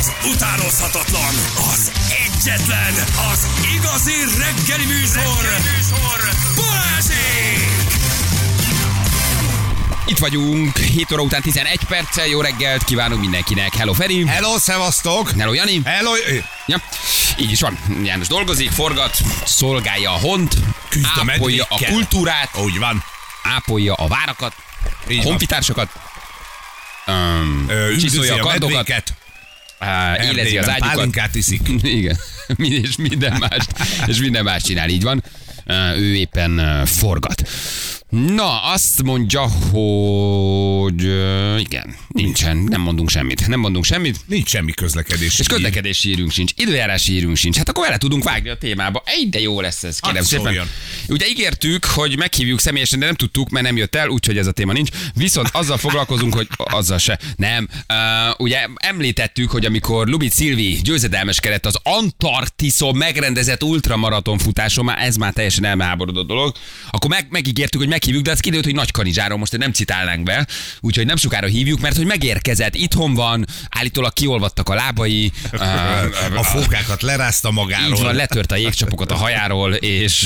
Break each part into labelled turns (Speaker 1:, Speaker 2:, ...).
Speaker 1: az utánozhatatlan, az egyetlen, az igazi reggeli műsor, Balázsék!
Speaker 2: Itt vagyunk, 7 óra után 11 perccel, jó reggelt kívánunk mindenkinek. Hello Feri!
Speaker 3: Hello, szevasztok!
Speaker 2: Hello Jani!
Speaker 3: Hello!
Speaker 2: Ja, így is van. János dolgozik, forgat, szolgálja a hont, ápolja a kultúrát,
Speaker 3: úgy van,
Speaker 2: ápolja a várakat, a honfitársakat, csiszolja a kardokat, élezi az ágyukat.
Speaker 3: Pálinkát iszik.
Speaker 2: Igen, és minden más csinál, így van. Ő éppen forgat. Na, azt mondja, hogy igen, nincsen, nem mondunk semmit.
Speaker 3: Nincs semmi közlekedési.
Speaker 2: És közlekedési hírünk sincs, időjárási hírünk sincs. Hát akkor vele tudunk vágni a témába. De jó lesz ez, kérem szépen. Ugye ígértük, hogy meghívjuk személyesen, de nem tudtuk, mert nem jött el, úgyhogy ez a téma nincs. Viszont azzal foglalkozunk, hogy azzal se. Nem. Ugye említettük, hogy amikor Lubit Szilvi győzedelmeskedett az Antarktiszon megrendezett ultramaraton futáson, ez már teljesen elmeháborodott dolog, akkor megígértük, hogy meghívjuk, de az kiderült, hogy Nagykanizsáron most nem citálnánk be, úgyhogy nem sokára hívjuk, mert hogy megérkezett, itthon van, állítólag kiolvadtak a lábai,
Speaker 3: a fókákat lerázta magáról.
Speaker 2: Így van, letört a jégcsapokat a hajáról, és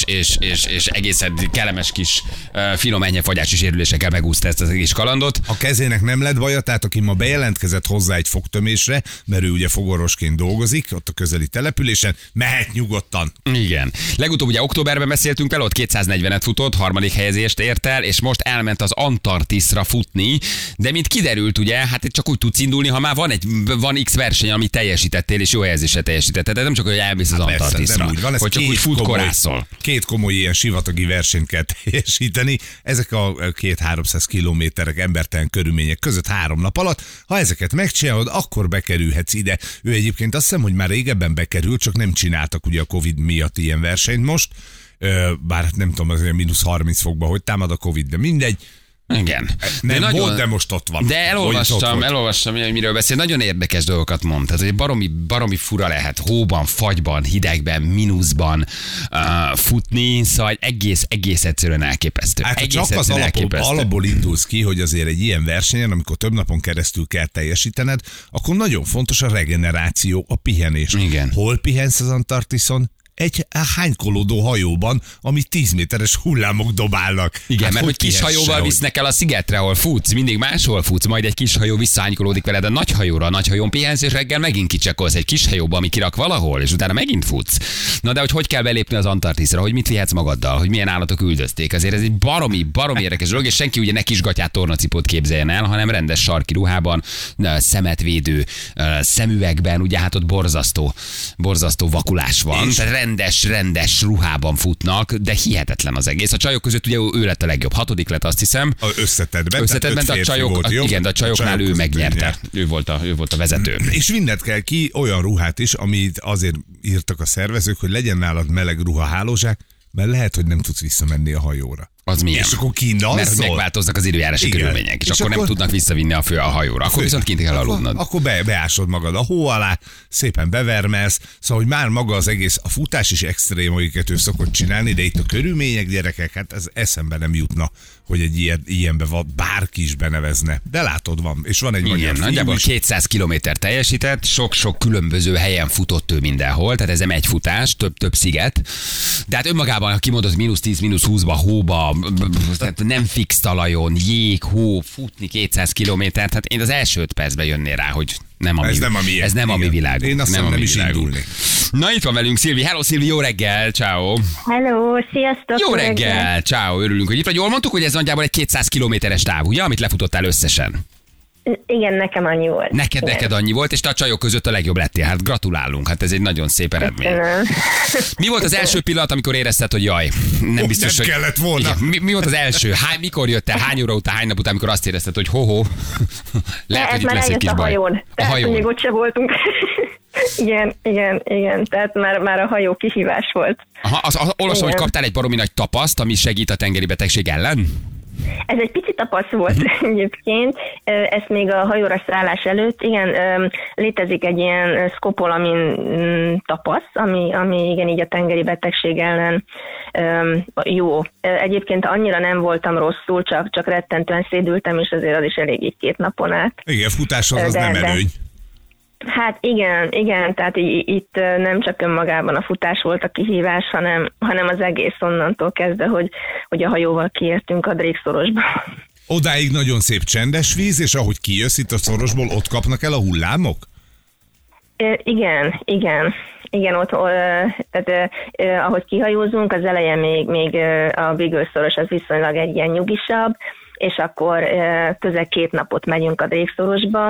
Speaker 2: egészen kellemes kis finom enyhefagyási sérülésekkel megúszta ezt az egész kalandot.
Speaker 3: A kezének nem lett baja, tehát aki ma bejelentkezett hozzá egy fogtömésre, mert ő ugye fogorvosként dolgozik, ott a közeli településen, mehet nyugodtan.
Speaker 2: Igen. Legutóbb ugye októberben beszéltünk vele, ott 240-et futott, harmadik helyezést ért el, és most elment az Antarktiszra futni, de mint kiderült, ugye, hát csak úgy tudsz indulni, ha már van X verseny, amit teljesítettél, és jó helyezéssel teljesítetted. Tehát nem csak, hogy elmész az Antarktiszra, hogy csak úgy futkorászol.
Speaker 3: Két komoly ilyen sivatagi versenyt kell teljesíteni. Ezek a 200-300 kilométerek embertelen körülmények között 3 nap alatt. Ha ezeket megcsinálod, akkor bekerülhetsz ide. Ő egyébként azt hiszem, hogy már régebben bekerült, csak nem csináltak ugye a Covid miatt ilyen versenyt most. Bár nem tudom, azért -30 fokban, hogy támad a Covid, de mindegy.
Speaker 2: Igen.
Speaker 3: Nem nagyon, volt, de most ott van.
Speaker 2: De elolvastam, hogy miről beszél. Nagyon érdekes dolgokat mond. Tehát, hogy baromi fura lehet hóban, fagyban, hidegben, mínuszban futni, szóval egész egyszerűen elképesztő.
Speaker 3: Hát csak az alapból indulsz ki, hogy azért egy ilyen versenyen, amikor több napon keresztül kell teljesítened, akkor nagyon fontos a regeneráció, a pihenés.
Speaker 2: Igen.
Speaker 3: Hol pihensz az Antarktiszon? Egy hánykolódó hajóban, ami 10 méteres hullámok dobálnak.
Speaker 2: Igen, hát mert hogy kis hajóval visznek el a szigetre, ahol futsz, mindig máshol futsz, majd egy kis hajó visszahánykolódik veled a nagy hajóra, a nagy hajón pihensz, és reggel megint kicsekolsz egy kis hajóba, ami kirak valahol, és utána megint futsz. Na de hogy kell belépni az Antarktiszra, hogy mit vihetsz magaddal, hogy milyen állatok üldözték. Azért ez egy baromi érdekes dolog, és senki ugye ne kisgatyát tornacipót képzeljen el, hanem rendes sarki ruhában, szemetvédő szemüvegben, ugye hát ott borzasztó vakulás van. Rendes ruhában futnak, de hihetetlen az egész. A csajok között ugye ő lett a legjobb. 6. lett, azt hiszem.
Speaker 3: Összetettben,
Speaker 2: de a csajok, igen, de a csajoknál ő megnyerte. Ő volt a vezető.
Speaker 3: És vinned kell ki olyan ruhát is, amit azért írtak a szervezők, hogy legyen nálad meleg ruhahálózsák, mert lehet, hogy nem tudsz visszamenni a hajóra.
Speaker 2: Az milyen?
Speaker 3: És akkor kínalszol.
Speaker 2: Mert megváltoznak az időjárási körülmények, és akkor nem tudnak visszavinni a hajóra. Akkor viszont kint kell aludnod.
Speaker 3: Akkor beásod magad a hó alá, szépen bevermelsz, szóval hogy már maga az egész, a futás is extrém, amiket ő szokott csinálni, de itt a körülmények, gyerekek, hát ez eszembe nem jutna, hogy egy ilyenbe bárki is benevezne. De látod, van. És van egy magyar fiú
Speaker 2: nagyjából 200 kilométer teljesített, sok különböző helyen futott ő mindenhol, tehát ez nem egy futás, több sziget. De hát önmagában, ha kimondod, -10, -20-ba, hóba, tehát nem fix talajon, jég, hó, futni 200 kilométert, hát én az első 5 percben jönnél rá, hogy ez nem a mi világunk.
Speaker 3: Én azt nem is indulnék.
Speaker 2: Na itt van velünk Szilvi. Hello Szilvi, jó reggel, ciao.
Speaker 4: Hello, sziasztok.
Speaker 2: Jó reggel, ciao, örülünk, hogy itt vagy. Jól mondtuk, hogy ez nagyjából egy 200 kilométeres táv, ugye, amit lefutottál összesen?
Speaker 4: Igen, nekem annyi volt.
Speaker 2: Neked annyi volt, és te a csajok között a legjobb lettél. Hát gratulálunk, hát ez egy nagyon szép eredmény. Mi volt az első pillanat, amikor érezted, hogy jaj, nem biztos,
Speaker 3: nem
Speaker 2: hogy...
Speaker 3: kellett volna.
Speaker 2: Igen, mi volt az első? Mikor jött el? Hány óra után, hány nap után, amikor azt érezted, hogy lehet, hogy itt lesz egy kis baj.
Speaker 4: A hajón. Még ott se voltunk. Igen. Tehát már a hajó kihívás volt.
Speaker 2: Olvasom, hogy kaptál egy baromi nagy tapaszt, ami segít a tengeri betegség ellen?
Speaker 4: Ez egy pici tapasz volt egyébként, ezt még a hajóra szállás előtt, igen, létezik egy ilyen szkopolamin tapasz, ami igen így a tengeri betegség ellen jó. Egyébként annyira nem voltam rosszul, csak rettentően szédültem, és azért az is elég így 2 napon át.
Speaker 3: Igen, futás az nem előny.
Speaker 4: Hát igen, tehát itt nem csak önmagában a futás volt a kihívás, hanem az egész onnantól kezdve, hogy a hajóval kiértünk a Drékszorosba.
Speaker 3: Odáig nagyon szép csendes víz, és ahogy kijössz itt a szorosból, ott kapnak el a hullámok?
Speaker 4: Igen, ott, tehát ahogy kihajózunk, az eleje még a Beagle-szoros az viszonylag egy ilyen nyugisabb, és akkor közel 2 napot megyünk a Drékszorosba,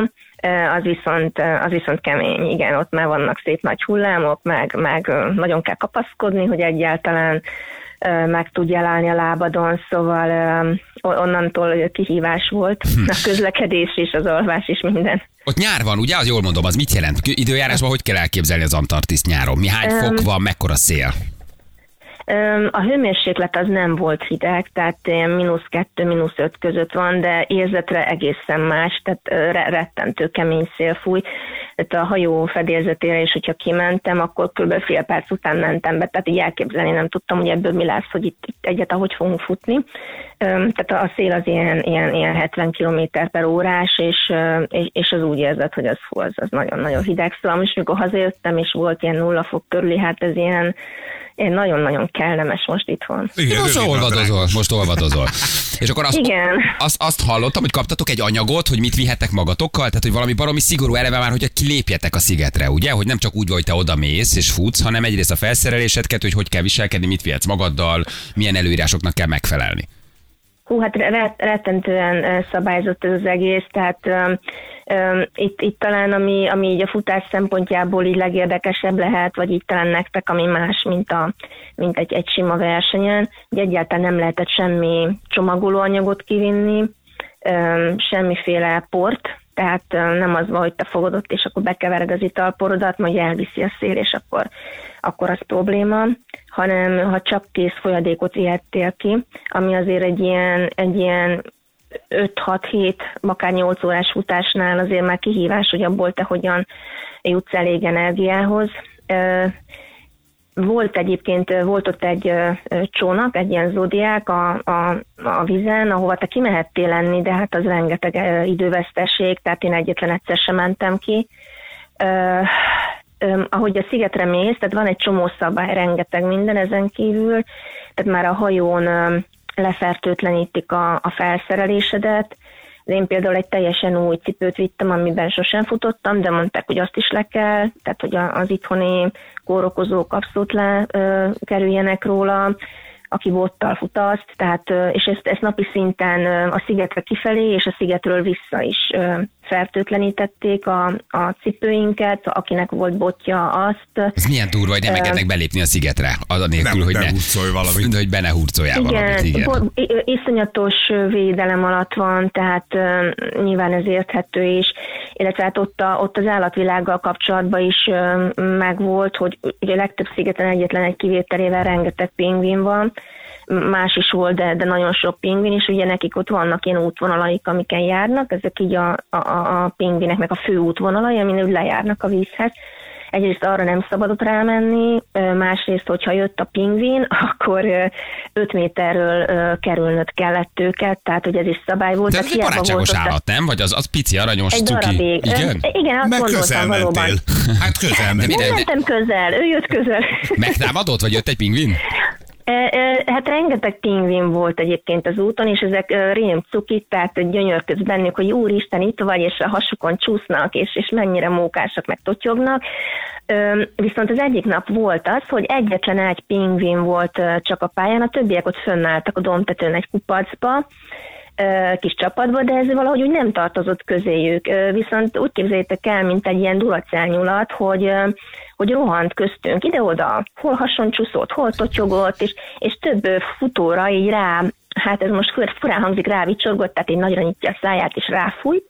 Speaker 4: az viszont kemény, igen, ott már vannak szép nagy hullámok, meg nagyon kell kapaszkodni, hogy egyáltalán meg tudjál állni a lábadon, szóval onnantól kihívás volt a közlekedés és az alvás és minden.
Speaker 2: Ott nyár van, ugye? Az jól mondom, az mit jelent? Időjárásban hogy kell elképzelni az Antarktiszt nyáron? Hány fok van, mekkora szél?
Speaker 4: A hőmérséklet az nem volt hideg, tehát -2, -5 között van, de érzetre egészen más, tehát rettentő kemény szél fúj. Tehát a hajó fedélzetére is, hogyha kimentem, akkor kb. Fél perc után mentem be, tehát így elképzelni nem tudtam, hogy ebből mi lesz, hogy itt egyet, ahogy fogunk futni. Tehát a szél az ilyen 70 km/h, és az úgy érzett, hogy az nagyon-nagyon hideg. Szóval most, amikor hazajöttem, és volt ilyen 0 fok körüli, hát ez ilyen nagyon-nagyon kellemes most itthon.
Speaker 3: Igen,
Speaker 2: most olvadozol. És akkor
Speaker 4: Igen.
Speaker 2: Azt hallottam, hogy kaptatok egy anyagot, hogy mit vihetek magatokkal, tehát hogy valami baromi szigorú eleve már, hogyha kilépjetek a szigetre, ugye? Hogy nem csak úgy, hogy te oda mész és futsz, hanem egyrészt a felszerelésedket, hogy kell viselkedni, mit vihetsz magaddal, milyen előírásoknak kell megfelelni.
Speaker 4: Hú, hát rettentően szabályozott ez az egész, tehát itt talán, ami így a futás szempontjából így legérdekesebb lehet, vagy így talán nektek, ami más, mint egy sima versenyen, hogy egyáltalán nem lehetett semmi csomagolóanyagot kivinni, semmiféle port, tehát nem az van, hogy te fogod ott, és akkor bekevered az italporodat, majd elviszi a szél, és akkor az probléma, hanem ha csak kész folyadékot vihettél ki, ami azért egy ilyen 5-6-7, akár 8 órás futásnál azért már kihívás, hogy abból te hogyan jutsz elég energiához. Volt ott egy csónak, egy ilyen zodiák a vízen, ahova te kimehettél lenni, de hát az rengeteg időveszteség, tehát én egyetlen egyszer sem mentem ki. Ahogy a szigetre mész, tehát van egy csomó szabály, rengeteg minden ezen kívül, tehát már a hajón lefertőtlenítik a felszerelésedet. Én például egy teljesen új cipőt vittem, amiben sosem futottam, de mondták, hogy azt is le kell, tehát hogy az itthoni kórokozók abszolút kerüljenek róla, aki bottal fut azt, tehát, és ezt napi szinten a szigetre kifelé és a szigetről vissza is fertőtlenítették a cipőinket, akinek volt botja azt.
Speaker 2: Ez milyen durva, hogy nem engednek belépni a szigetre, az anélkül, hogy ne hurcoljál valamit. Igen.
Speaker 4: Iszonyatos védelem alatt van, tehát nyilván ez érthető is, illetve hát ott az állatvilággal kapcsolatban is megvolt, hogy ugye a legtöbb szigeten egyetlen egy kivételével rengeteg pingvin van, más is volt, de nagyon sok pingvin, és ugye nekik ott vannak ilyen útvonalaik, amiken járnak, ezek így a pingvineknek a fő útvonalai, amin úgy lejárnak a vízhez. Egyrészt arra nem szabadott rámenni, másrészt, hogyha jött a pingvin, akkor 5 méterről kerülnöd kellett őket, tehát hogy ez is szabály volt.
Speaker 2: De ez egy barátságos állat, nem? Vagy az pici, aranyos,
Speaker 4: egy
Speaker 2: cuki?
Speaker 4: Darabig. Igen, azt gondoltam valóban.
Speaker 3: Hát közel
Speaker 4: Nem mentem közel, ő jött közel.
Speaker 2: Megtámadott, vagy jött egy pingvin?
Speaker 4: Hát rengeteg pingvin volt egyébként az úton, és ezek rém cukik, tehát gyönyörködsz bennük, hogy úristen, itt vagy, és a hasukon csúsznak, és mennyire mókásak, meg totyognak. Viszont az egyik nap volt az, hogy egyetlen egy pingvin volt csak a pályán, a többiek ott fönnálltak a dombtetőn egy kupacba, kis csapatba, de ez valahogy úgy nem tartozott közéjük. Viszont úgy képzeljétek el, mint egy ilyen duracellnyulat, hogy rohant köztünk ide-oda, hol hason csúszott, hol totyogott, és több futóra így rá, hát ez most furán hangzik, rávicsorgott, tehát így nagyra nyitja a száját, és ráfújt.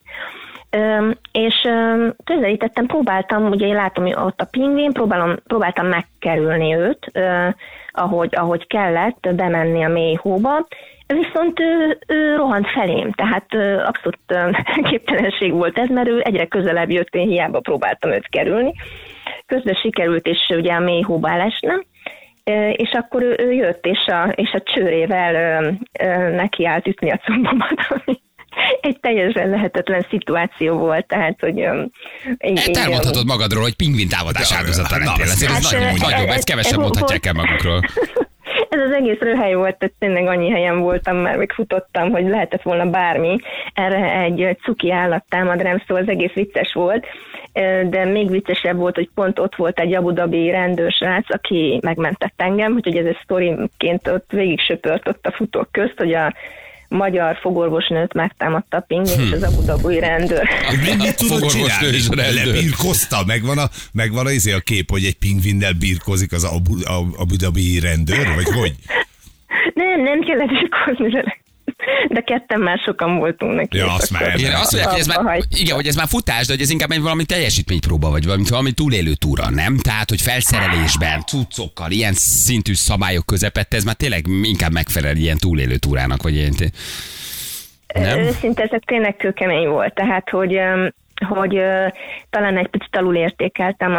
Speaker 4: És közelítettem, próbáltam, ugye én látom ott a pingvin, próbáltam megkerülni őt, ahogy kellett, bemenni a mély hóba, viszont ő rohant felém, tehát abszolút képtelenség volt ez, mert ő egyre közelebb jött, én hiába próbáltam őt kerülni. Közben sikerült, és ugye a mély hóba elesnem, és akkor ő jött, és a csőrével nekiállt ütni a combomat, egy teljesen lehetetlen szituáció volt, tehát, hogy...
Speaker 2: Elmondhatod magadról, hogy pingvin támadás áldozata lettél. Ezért ez nagyon, ezt kevesen mondhatják el magukról.
Speaker 4: Ez az egész röhely volt, tehát tényleg annyi helyen voltam már, még futottam, hogy lehetett volna bármi. Erre egy cuki állat támad rám, szóval az egész vicces volt, de még viccesebb volt, hogy pont ott volt egy Abu Dhabi rendőrsrác, aki megmentett engem, úgyhogy ez egy sztoriként ott végig söpört ott a futók közt, hogy a magyar fogorvosnőt megtámadta a pingvin, és az Abu Dhabi rendőr.
Speaker 3: Mit tudod csinálni? Lebírkozta? Megvan a kép, hogy egy pingvinnel birkozik az Abu Dhabi rendőr, vagy hogy?
Speaker 4: Nem kellett birkozni vele. De ketten már sokan voltunk neki.
Speaker 3: Ja, azt már.
Speaker 2: Igen, azt mondják, hogy ez már futás, de hogy ez inkább egy valami teljesítménypróba, vagy valami túlélő túra, nem? Tehát, hogy felszerelésben, cuccokkal, ilyen szintű szabályok közepette, ez már tényleg inkább megfelel ilyen túlélő túrának, vagy ilyen... Nem?
Speaker 4: Őszinte ezek tényleg kőkemény volt, tehát, hogy talán egy picit alul értékeltem,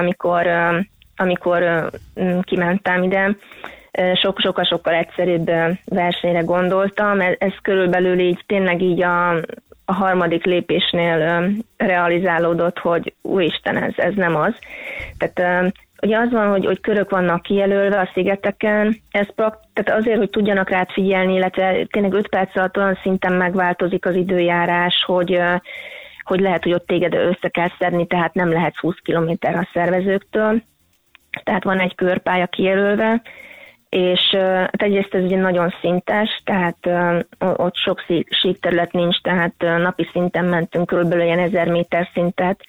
Speaker 4: amikor kimentem ide. Sokkal egyszerűbb versenyre gondoltam. Ez körülbelül így tényleg így a harmadik lépésnél realizálódott, hogy úristen, ez nem az. Tehát ugye az van, hogy körök vannak kijelölve a szigeteken, tehát azért, hogy tudjanak rád figyelni, illetve tényleg 5 perc alatt olyan szinten megváltozik az időjárás, hogy lehet, hogy ott téged össze kell szedni, tehát nem lehetsz 20 kilométerre a szervezőktől. Tehát van egy körpálya kijelölve, és egyrészt ez ugye nagyon szintes, tehát ott sok síkterület nincs, tehát napi szinten mentünk körülbelül ilyen 1000 méter szintet,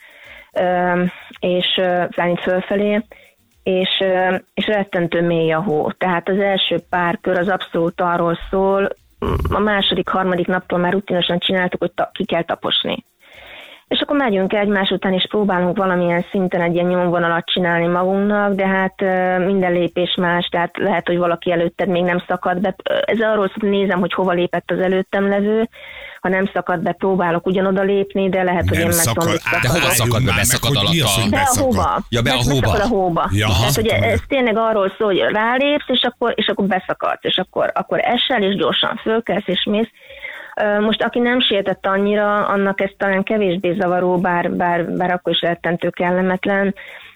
Speaker 4: és felint fölfelé, és rettentő mély a hó. Tehát az első pár kör az abszolút arról szól, a második, harmadik naptól már rutinosan csináltuk, hogy ki kell taposni. És akkor megyünk egymás után, és próbálunk valamilyen szinten egy ilyen nyomvonalat csinálni magunknak, de hát minden lépés más, tehát lehet, hogy valaki előtted még nem szakad be. Ez arról szól, hogy nézem, hogy hova lépett az előttem levő, ha nem szakad be, próbálok ugyanoda lépni, de lehet, hogy én meg tudom,
Speaker 2: de hova szakad be? Beszakad alatt
Speaker 4: be a hóba.
Speaker 2: Ja, be a hóba.
Speaker 4: Beszakad a hóba.
Speaker 3: Ja,
Speaker 4: tehát, hogy ez tényleg arról szól, hogy rálépsz, és akkor beszakadsz, és akkor esel, és gyorsan fölkelsz, és mész. Most aki nem sietett annyira, annak ez talán kevésbé zavaró, bár akkor is rettentő kellemetlen,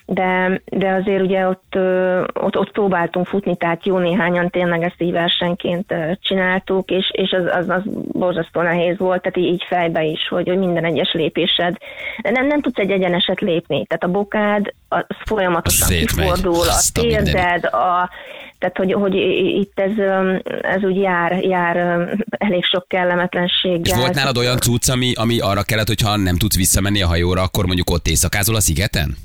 Speaker 4: de azért ugye ott próbáltunk futni, tehát jó néhányan tényleg ezt így versenyként csináltuk, és az borzasztó nehéz volt, tehát így fejbe is, hogy minden egyes lépésed. Nem tudsz egy egyeneset lépni, tehát a bokád az folyamatosan kifordul, a térded, tehát hogy itt ez úgy jár elég sok kellemetlenséggel.
Speaker 2: És volt nálad olyan cucc, ami arra kellett, hogyha nem tudsz visszamenni a hajóra, akkor mondjuk ott éjszakázol a szigeten?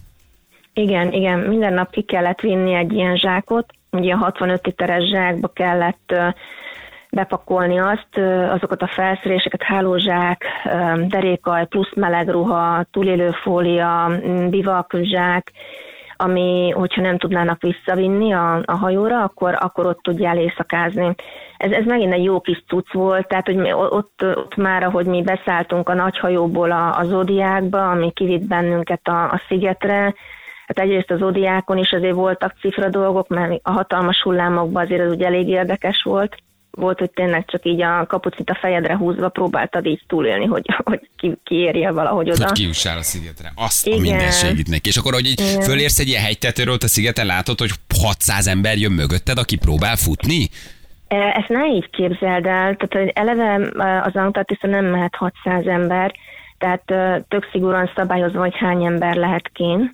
Speaker 4: Igen, minden nap ki kellett vinni egy ilyen zsákot, ugye a 65 literes zsákba kellett bepakolni azokat a felszereléseket, hálózsák, derékaj, plusz meleg ruha, túlélőfólia, bivakzsák, ami, hogyha nem tudnának visszavinni a hajóra, akkor ott tudjál éjszakázni. Ez megint egy jó kis cucc volt, tehát hogy ott már, ahogy mi beszálltunk a nagyhajóból a Zodiákba, ami kivitt bennünket a szigetre, hát egyrészt az Zodiákon is azért voltak cifra dolgok, mert a hatalmas hullámokban azért ez ugye elég érdekes volt. Volt, hogy tényleg csak így a kapucit a fejedre húzva próbáltad így túlélni, hogy kiérje valahogy oda.
Speaker 2: Hogy kiussál a szigetre. Azt a mindenségit neki. És akkor, hogy így fölérsz egy ilyen hegytetőről, a szigeten látod, hogy 600 ember jön mögötted, aki próbál futni?
Speaker 4: Ezt ne így képzeld el. Tehát hogy eleve az Antarktiszra nem mehet 600 ember, tehát tök szigorúan szabályozva, hogy hány ember lehet kint.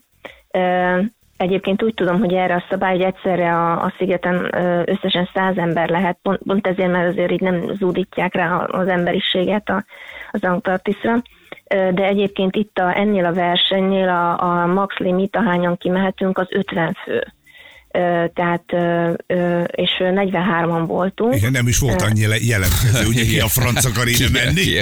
Speaker 4: Egyébként úgy tudom, hogy erre a szabály, hogy egyszerre a szigeten összesen 100 ember lehet, pont ezért, mert azért így nem zúdítják rá az emberiséget az Antarktiszra. De egyébként itt ennél a versenynél a max limit, ahányan kimehetünk, az 50 fő. Tehát, és 43-an voltunk.
Speaker 3: Igen, nem is volt annyira jelentkező, ugye ki a franc akar ide menni.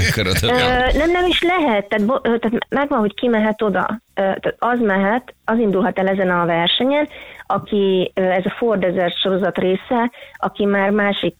Speaker 4: Nem is lehet, tehát megvan, hogy ki mehet oda. Tehát az indulhat el ezen a versenyen, aki, ez a Four Desert sorozat része, aki már másik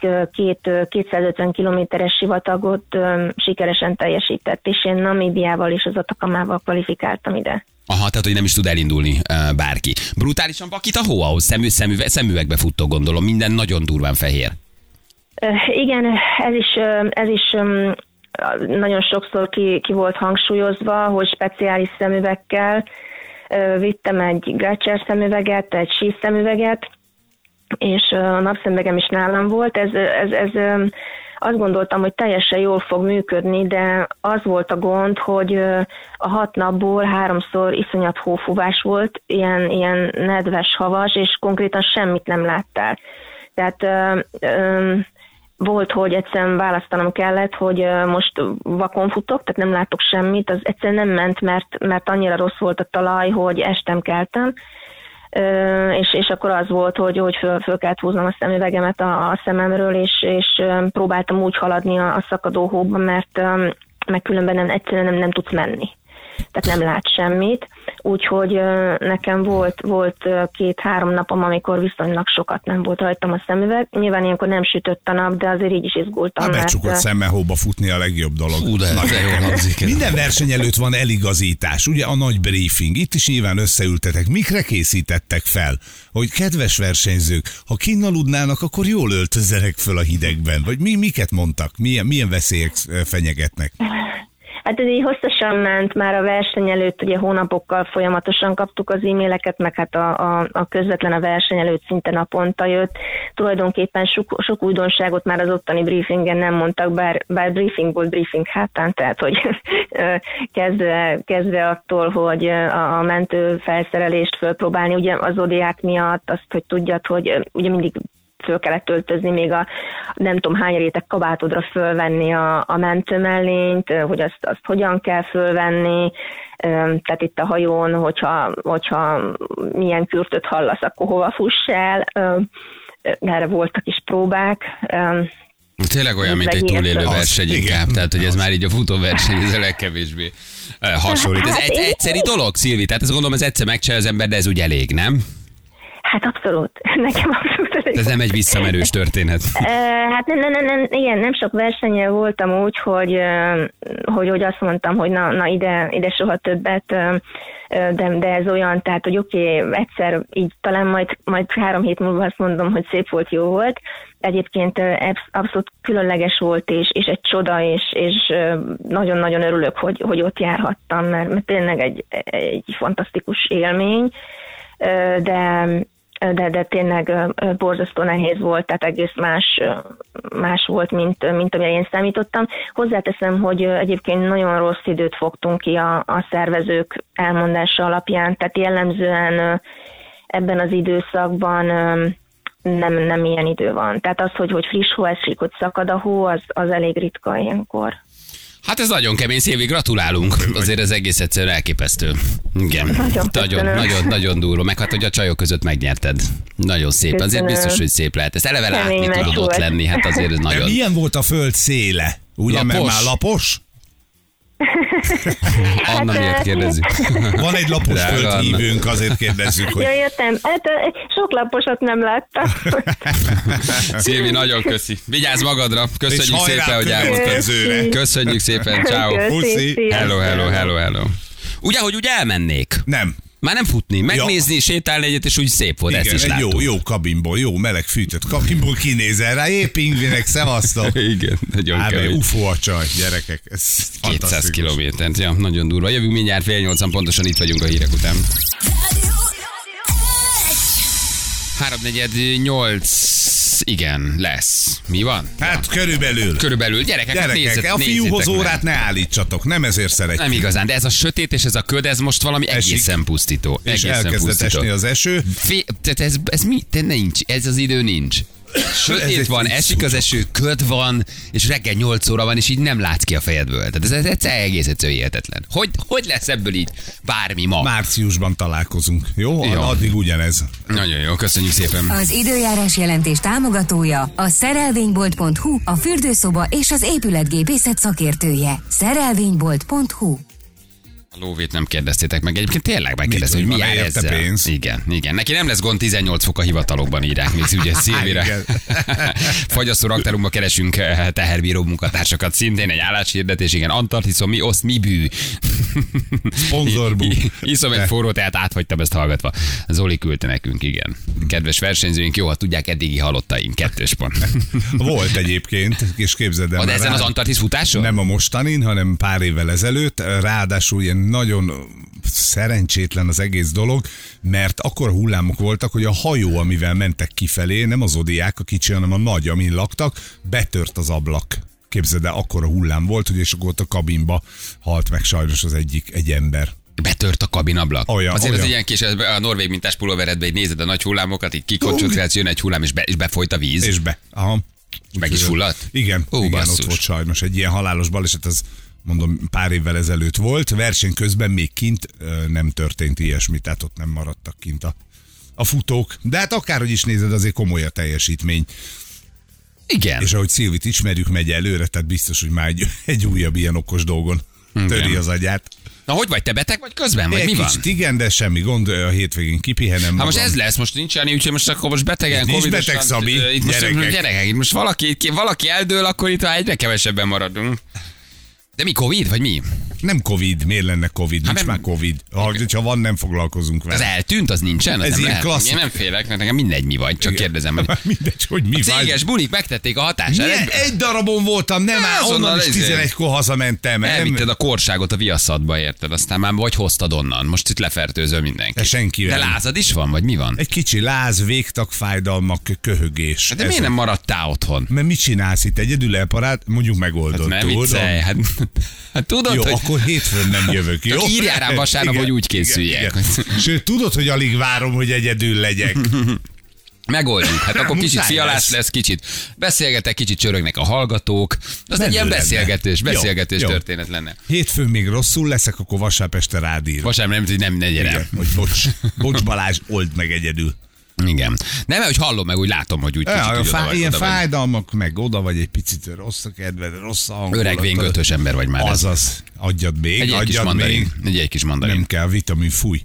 Speaker 4: 250 kilométeres sivatagot sikeresen teljesített, és én Namíbiával és az Atakamával kvalifikáltam ide.
Speaker 2: Aha, tehát hogy nem is tud elindulni bárki. Brutálisan vakít a hó, ahhoz szemüvegbe futtó, gondolom, minden nagyon durván fehér.
Speaker 4: Igen, ez is nagyon sokszor ki volt hangsúlyozva, hogy speciális szemüvegkel, vittem egy Gatcher szemüveget, egy Schiess szemüveget, és a napszemüvegem is nálam volt. Ez azt gondoltam, hogy teljesen jól fog működni, de az volt a gond, hogy a 6 napból 3-szor iszonyat hófúvás volt, ilyen nedves, havas, és konkrétan semmit nem láttál. Tehát volt, hogy egyszerűen választanom kellett, hogy most vakon futok, tehát nem látok semmit, az egyszerűen nem ment, mert annyira rossz volt a talaj, hogy estem keltem, és akkor az volt, hogy föl kellett húznom a szemüvegemet a szememről, és próbáltam úgy haladni a szakadó hóba, mert különben egyszerűen nem tudsz menni. Tehát nem lát semmit, úgyhogy nekem volt 2-3 napom, amikor viszonylag sokat nem volt rajtam a szemüveg. Nyilván ilyenkor nem sütött a nap, de azért így is izgultam.
Speaker 3: Becsukott szemmel hóba futni a legjobb dolog.
Speaker 2: De jól hangzik.
Speaker 3: Minden verseny előtt van eligazítás, ugye a nagy briefing. Itt is nyilván összeültetek. Mikre készítettek fel? Hogy kedves versenyzők, ha kinn aludnának, akkor jól öltözzenek föl a hidegben. Vagy miket mondtak? Milyen veszélyek fenyegetnek?
Speaker 4: Hát ez így hosszasan ment, már a verseny előtt ugye hónapokkal folyamatosan kaptuk az e-maileket, meg hát a közvetlen a verseny előtt szinte naponta jött. Tulajdonképpen sok újdonságot már az ottani briefingen nem mondtak, bár briefing volt briefing hátán, tehát hogy kezdve attól, hogy a mentő felszerelést fölpróbálni, ugye az Zodiac miatt azt, hogy tudjad, hogy ugye mindig föl kellett öltözni, még a nem tudom hány réteg kabátodra fölvenni a mentőmellényt, hogy azt hogyan kell fölvenni, tehát itt a hajón, hogyha milyen kürtöt hallasz, akkor hova fuss el, erre voltak is próbák.
Speaker 2: Tényleg olyan, mint egy túlélő verseny inkább, tehát hogy ez már így a futóverseny, ez a legkevésbé hasonlít. Ez egyszeri dolog, Szilvi, tehát ezt gondolom, ez egyszer megcsinálja az ember, de ez úgy elég, nem?
Speaker 4: Hát abszolút. Nekem abszolút elég.
Speaker 2: Ez nem egy visszamerős történet.
Speaker 4: Hát nem sok versenyen voltam úgy, hogy azt mondtam, hogy na ide soha többet, de ez olyan, tehát, hogy oké, egyszer így talán majd 3 hét múlva azt mondom, hogy szép volt, jó volt. Egyébként abszolút különleges volt, és egy csoda, és nagyon-nagyon örülök, hogy ott járhattam, mert tényleg egy fantasztikus élmény, de tényleg borzasztó nehéz volt, tehát egész más volt, mint amire én számítottam. Hozzáteszem, hogy egyébként nagyon rossz időt fogtunk ki a szervezők elmondása alapján, tehát jellemzően ebben az időszakban nem ilyen idő van. Tehát az, hogy friss hó esik, hogy szakad a hó, az elég ritka ilyenkor.
Speaker 2: Hát ez nagyon kemény, Szilvi, gratulálunk. Azért ez egész egyszerűen elképesztő. Igen. Nagyon durva. Meg hát, hogy a csajok között megnyerted. Nagyon szép.
Speaker 4: Köszönöm.
Speaker 2: Azért biztos, hogy szép lehet. Ezt eleve látni tudod ott lenni. Hát azért ez nagyon...
Speaker 3: De milyen volt a föld széle? Ugye,
Speaker 2: lapos?
Speaker 3: mert már lapos?
Speaker 2: Anna, miért kérdezzük?
Speaker 3: Van egy lapos földhívőnk, azért kérdezzük, hogy...
Speaker 4: Ja, jöttem. Hát sok laposat nem láttam.
Speaker 2: Szilvi, nagyon köszi. Vigyázz magadra. Köszönjük szépen, hogy elmondtad. Köszönjük szépen. Ciao.
Speaker 3: Puszi.
Speaker 2: Hello. Ugye, hogy úgy elmennék?
Speaker 3: Nem.
Speaker 2: Már nem futni, megnézni, sétálni egyet, és úgy szép volt,
Speaker 3: Igen,
Speaker 2: ezt is láttuk.
Speaker 3: jó kabinból, jó meleg fűtött kabinból kinézel rá, pingvinek, szevasztok.
Speaker 2: Igen, nagyon kemény.
Speaker 3: UFO a csaj, gyerekek, ez
Speaker 2: 200 kilométert, ja, nagyon durva. Jövünk mindjárt 7:30, pontosan itt vagyunk a hírek után. 3:48, igen, lesz. Mi van?
Speaker 3: Hát körülbelül.
Speaker 2: Gyerekek, nézzétek
Speaker 3: a fiúhoz órát ne állítsatok, nem ezért szeretjük.
Speaker 2: Nem igazán, de ez a sötét és ez a köd, ez most valami egészen pusztító.
Speaker 3: És elkezdett esni az eső.
Speaker 2: Ez mi? Nincs, ez az idő nincs. Sötét van, esik az eső, köd van, és reggel 8 óra van, és így nem látsz ki a fejedből. Tehát ez egész egyszerűen hihetetlen. Hogy lesz ebből így bármi ma?
Speaker 3: Márciusban találkozunk, jó? Addig ugyanez.
Speaker 2: Nagyon jó, köszönjük szépen.
Speaker 5: Az időjárás jelentés támogatója a szerelvénybolt.hu, a fürdőszoba és az épületgépészet szakértője. Szerelvénybolt.hu
Speaker 2: A lóvét nem kérdeztétek meg. Egyébként tényleg megkérdezte, hogy mi jár ezzel.
Speaker 3: Pénz.
Speaker 2: Igen. Neki nem lesz gond, 18 fok a hivatalokban írják, még ugye Szilvire. Fagyasztó raktárunkba keresünk teherbíró munkatársakat, szintén egy álláshirdetés, igen, Antarktiszon mi oszt, mi bű.
Speaker 3: Szponzorbú.
Speaker 2: Iszom egy forró, tehát áthagytam ezt hallgatva. Zoli küldte nekünk, igen. Kedves versenyzőink, jó, ha tudják, eddigi halottaink, 2 pont.
Speaker 3: Volt egyébként, és képzeld el.
Speaker 2: De ezen az Antarktisz futáson?
Speaker 3: Nem a mostanin, hanem pár évvel ezelőtt. Ráadásul ilyen nagyon szerencsétlen az egész dolog, mert akkor hullámok voltak, hogy a hajó, amivel mentek kifelé, nem az Zodiák a kicsi, hanem a nagy, amin laktak, betört az ablak. Képzeld el, akkora hullám volt, hogy és akkor ott a kabinba halt meg sajnos egy ember.
Speaker 2: Betört a kabinablak. Azért
Speaker 3: olyan.
Speaker 2: az ilyen kis, a norvég mintás pulóveredbe így nézed a nagy hullámokat, így kikocsolsz, jön egy hullám, és befolyt a víz.
Speaker 3: És aha.
Speaker 2: Meg is fulladt?
Speaker 3: Igen, igen,
Speaker 2: basszus.
Speaker 3: ott volt sajnos egy ilyen halálos baleset, ez mondom pár évvel ezelőtt volt. Verseny közben még kint nem történt ilyesmi, tehát ott nem maradtak kint a futók. De hát akárhogy is nézed, azért komoly a teljesítmény.
Speaker 2: Igen.
Speaker 3: És ahogy Szilvit ismerjük, megy előre, tehát biztos, hogy már egy újabb ilyen okos dolgon töri az agyát.
Speaker 2: Na, hogy vagy, te beteg vagy közben, vagy mi van?
Speaker 3: Kicsit igen, de semmi gond, a hétvégén kipihenem.
Speaker 2: Hát most ez lesz, most nincs Jani, úgyhogy most akkor most betegen,
Speaker 3: nincs
Speaker 2: covidosan.
Speaker 3: beteg, Szabi,
Speaker 2: Gyerekek, itt most valaki eldől, akkor itt már egyre kevesebben maradunk. De mi, Covid, vagy mi?
Speaker 3: Nem Covid, miért lenne Covid? Nincs
Speaker 2: nem-
Speaker 3: már Covid. Ha van, nem foglalkozunk vele.
Speaker 2: Az eltűnt, az nincsen? Az
Speaker 3: Ez
Speaker 2: nem
Speaker 3: ilyen
Speaker 2: lehet.
Speaker 3: klasszik.
Speaker 2: Én nem félek, mert nekem mindegy mi vagy, csak kérdezem, hogy
Speaker 3: Mindegy, hogy mi
Speaker 2: a
Speaker 3: vagy.
Speaker 2: céges bulik megtették a hatását.
Speaker 3: Milyen? Egy darabon voltam, nem áll,
Speaker 2: azonnal
Speaker 3: onnan is
Speaker 2: ezért.
Speaker 3: 11-kor hazamentem.
Speaker 2: Elvitted a korságot a viaszatba, érted? Aztán már vagy hoztad onnan. Most itt lefertőzöl mindenkit.
Speaker 3: De senkivel.
Speaker 2: De lázad is van, vagy mi van?
Speaker 3: Egy kicsi láz, végtagfájdalmak, köhögés.
Speaker 2: De miért nem maradtál otthon?
Speaker 3: Mert mit csinálsz itt? Egyedül elparált? Mondjuk megoldott.
Speaker 2: Nem
Speaker 3: tudod?
Speaker 2: viccelj, hát tudod,
Speaker 3: Jó,
Speaker 2: hogy
Speaker 3: akkor hétfőn nem jövök, jó?
Speaker 2: Csak írjál rám vasárnap,
Speaker 3: Igen,
Speaker 2: hogy úgy készüljek.
Speaker 3: igen, igen. Sőt, tudod, hogy alig várom, hogy egyedül legyek.
Speaker 2: megoldjuk. Hát akkor kicsit
Speaker 3: Muszáj
Speaker 2: fialás lesz, kicsit beszélgetek, kicsit csörögnek a hallgatók. Az egy ilyen
Speaker 3: lenne.
Speaker 2: beszélgetés
Speaker 3: Jó.
Speaker 2: történet lenne.
Speaker 3: Hétfőn még rosszul leszek, akkor vasárnap este rád ír.
Speaker 2: Vasárnap nem ne gyere.
Speaker 3: Igen, hogy bocs Balázs, old meg egyedül.
Speaker 2: Igen. Nem, mert hogy hallom meg, úgy látom, hogy úgy kicsit úgy oda vagy,
Speaker 3: Ilyen
Speaker 2: oda vagy.
Speaker 3: fájdalmak, meg oda vagy egy picit rossz a kedved, rossz a hangulat.
Speaker 2: Öreg véngötös ember vagy már.
Speaker 3: Azaz, adjad még,
Speaker 2: Egy kis mandarin. Egy kis mandarin.
Speaker 3: Nem kell, vitamin, fúj.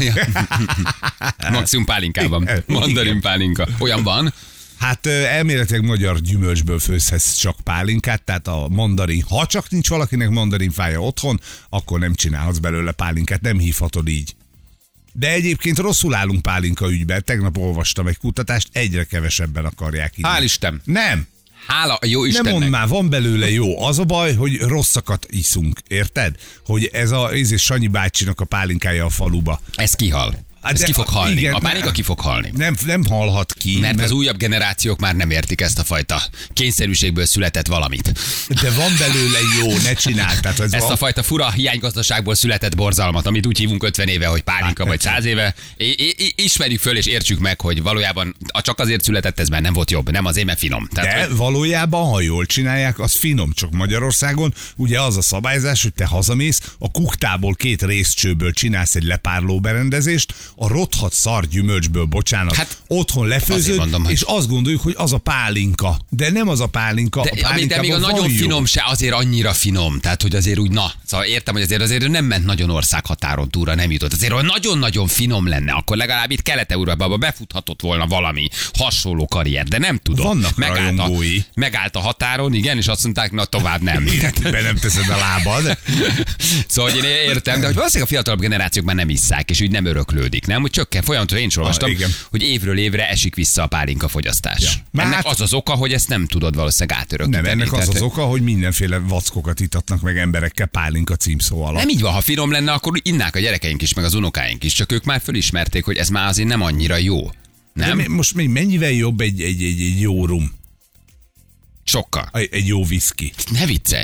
Speaker 2: Maximum pálinkában.
Speaker 3: Igen.
Speaker 2: Mandarin pálinka. Olyan van?
Speaker 3: Hát elméletileg magyar gyümölcsből főzhetsz csak pálinkát, tehát a mandarin, ha csak nincs valakinek mandarinfája otthon, akkor nem csinálhatsz belőle pálinkát, nem hívhatod így. De egyébként rosszul állunk pálinka ügyben. Tegnap olvastam egy kutatást, egyre kevesebben akarják inni.
Speaker 2: Hál' Isten.
Speaker 3: Nem,
Speaker 2: Hála a jó
Speaker 3: nem
Speaker 2: Istennek.
Speaker 3: mondd már, van belőle jó. Az a baj, hogy rosszakat iszunk, érted? Hogy ez a Sanyi bácsinak a pálinkája a faluba.
Speaker 2: Ez kihal.
Speaker 3: Hát
Speaker 2: Ez
Speaker 3: de-
Speaker 2: ki fog halni.
Speaker 3: igen,
Speaker 2: A pálinka ki fog halni.
Speaker 3: Nem halhat ki.
Speaker 2: Mert az újabb generációk már nem értik ezt a fajta kényszerűségből született valamit.
Speaker 3: De van belőle jó, ne csináld. Tehát ez
Speaker 2: Ezt
Speaker 3: van.
Speaker 2: a fajta fura hiánygazdaságból született borzalmat, amit úgy hívunk 50 éve, hogy pálinka vagy 100 éve, ismerjük föl és értsük meg, hogy valójában csak azért született ez, mert nem volt jobb, nem azért, mert finom. Tehát,
Speaker 3: De valójában, ha jól csinálják, az finom. Csak Magyarországon ugye az a szabályzás, hogy te hazamész, a kuktából 2 részcsőből csinálsz egy lepárló berendezést, a rothadt szar gyümölcsből, bocsánat,
Speaker 2: Hát,
Speaker 3: otthon
Speaker 2: azért
Speaker 3: lefőzöd,
Speaker 2: mondom, hogy-
Speaker 3: és azt gondoljuk, hogy az a pálinka. De nem az a pálinka.
Speaker 2: de még a nagyon finom se azért annyira finom. Tehát, hogy azért úgy, szóval értem, hogy azért nem ment nagyon országhatáron túlra, nem jutott. Azért, hogy nagyon-nagyon finom lenne, akkor legalább itt Kelet-Európában befuthatott volna valami hasonló karrier, de nem tudom.
Speaker 3: Vannak rajongói.
Speaker 2: Megállt a határon, igen, és azt mondták, na tovább nem.
Speaker 3: Be nem teszed a lábad.
Speaker 2: Szóval hogy én értem, de hogy valószínűleg a fiatalabb generációk már nem isszák, és úgy nem öröklődik, nem? Hogy csökken folyamatosan, én is olvastam,
Speaker 3: igen.
Speaker 2: hogy évről évre esik vissza a pálinka fogyasztás.
Speaker 3: Ja. Már
Speaker 2: Ennek
Speaker 3: hát-
Speaker 2: az az oka, hogy ezt nem tudod valószínűleg átörökíteni.
Speaker 3: Nem, ennek az
Speaker 2: Tehát-
Speaker 3: az oka, hogy mindenféle vackokat itatnak meg emberekkel pálinka címszó alatt.
Speaker 2: Nem így van, ha finom lenne, akkor innák a gyerekeink is, meg az unokáink is, csak ők már fölismerték, hogy ez már azért nem annyira jó. Nem?
Speaker 3: De most még mennyivel jobb egy jó rum?
Speaker 2: Sokkal.
Speaker 3: Egy jó viszki.
Speaker 2: Ne viccelj.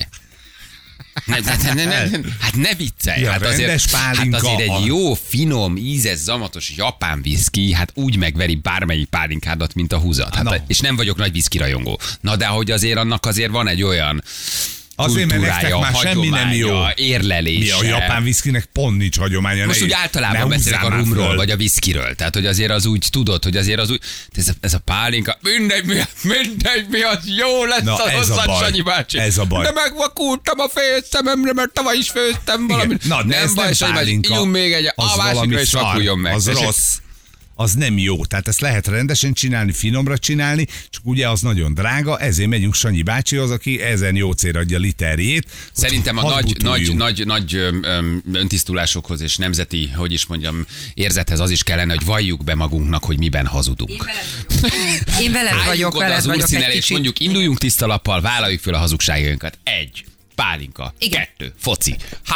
Speaker 2: Hát ne viccelj.
Speaker 3: Ja,
Speaker 2: Hát
Speaker 3: rendes pálinka.
Speaker 2: hát azért egy jó, finom, ízes, zamatos japán viszki, hát úgy megveri bármelyik pálinkádat, mint a húzat. Hát,
Speaker 3: No.
Speaker 2: és nem vagyok nagy viszki rajongó. Na de hogy azért annak azért van egy olyan
Speaker 3: Azért, mert nektek
Speaker 2: kultúrája,
Speaker 3: már semmi nem jó.
Speaker 2: hagyománya, érlelése.
Speaker 3: Mi a japán viszkinek pont nincs hagyománya.
Speaker 2: Most úgy általában beszélek a rumról, vagy a viszkiről. Tehát, hogy azért az úgy tudod, hogy azért az úgy... Ez a pálinka, mindegy mi az jó lesz.
Speaker 3: Na,
Speaker 2: az
Speaker 3: ez a baj.
Speaker 2: Sanyi bácsi.
Speaker 3: Ez a baj.
Speaker 2: De megvakultam a főszememre, mert tavaly is főztem valamit.
Speaker 3: Na, de ez nem
Speaker 2: Sanyi bácsi,
Speaker 3: pálinka.
Speaker 2: ígyunk még egy,
Speaker 3: Az
Speaker 2: a másikra
Speaker 3: valami
Speaker 2: is
Speaker 3: szar,
Speaker 2: vakuljon meg.
Speaker 3: az
Speaker 2: Tessék?
Speaker 3: rossz. Az nem jó. Tehát ezt lehet rendesen csinálni, finomra csinálni, csak ugye az nagyon drága, ezért megyünk Sanyi bácsihoz, aki ezen jó célra adja literjét.
Speaker 2: Szerintem a
Speaker 3: Hadd
Speaker 2: nagy öntisztulásokhoz és nemzeti, hogy is mondjam, érzethez az is kellene, hogy valljuk be magunknak, hogy miben hazudunk.
Speaker 6: Én veled
Speaker 2: Álljunk
Speaker 6: vagyok,
Speaker 2: oda
Speaker 6: veled
Speaker 2: az
Speaker 6: vagyok
Speaker 2: úrszín
Speaker 6: egy
Speaker 2: elé, és
Speaker 6: kicsit.
Speaker 2: mondjuk induljunk tiszta lappal, vállaljuk föl a hazugságainkat. 1. Pálinka.
Speaker 6: Igen.
Speaker 2: 2. Foci.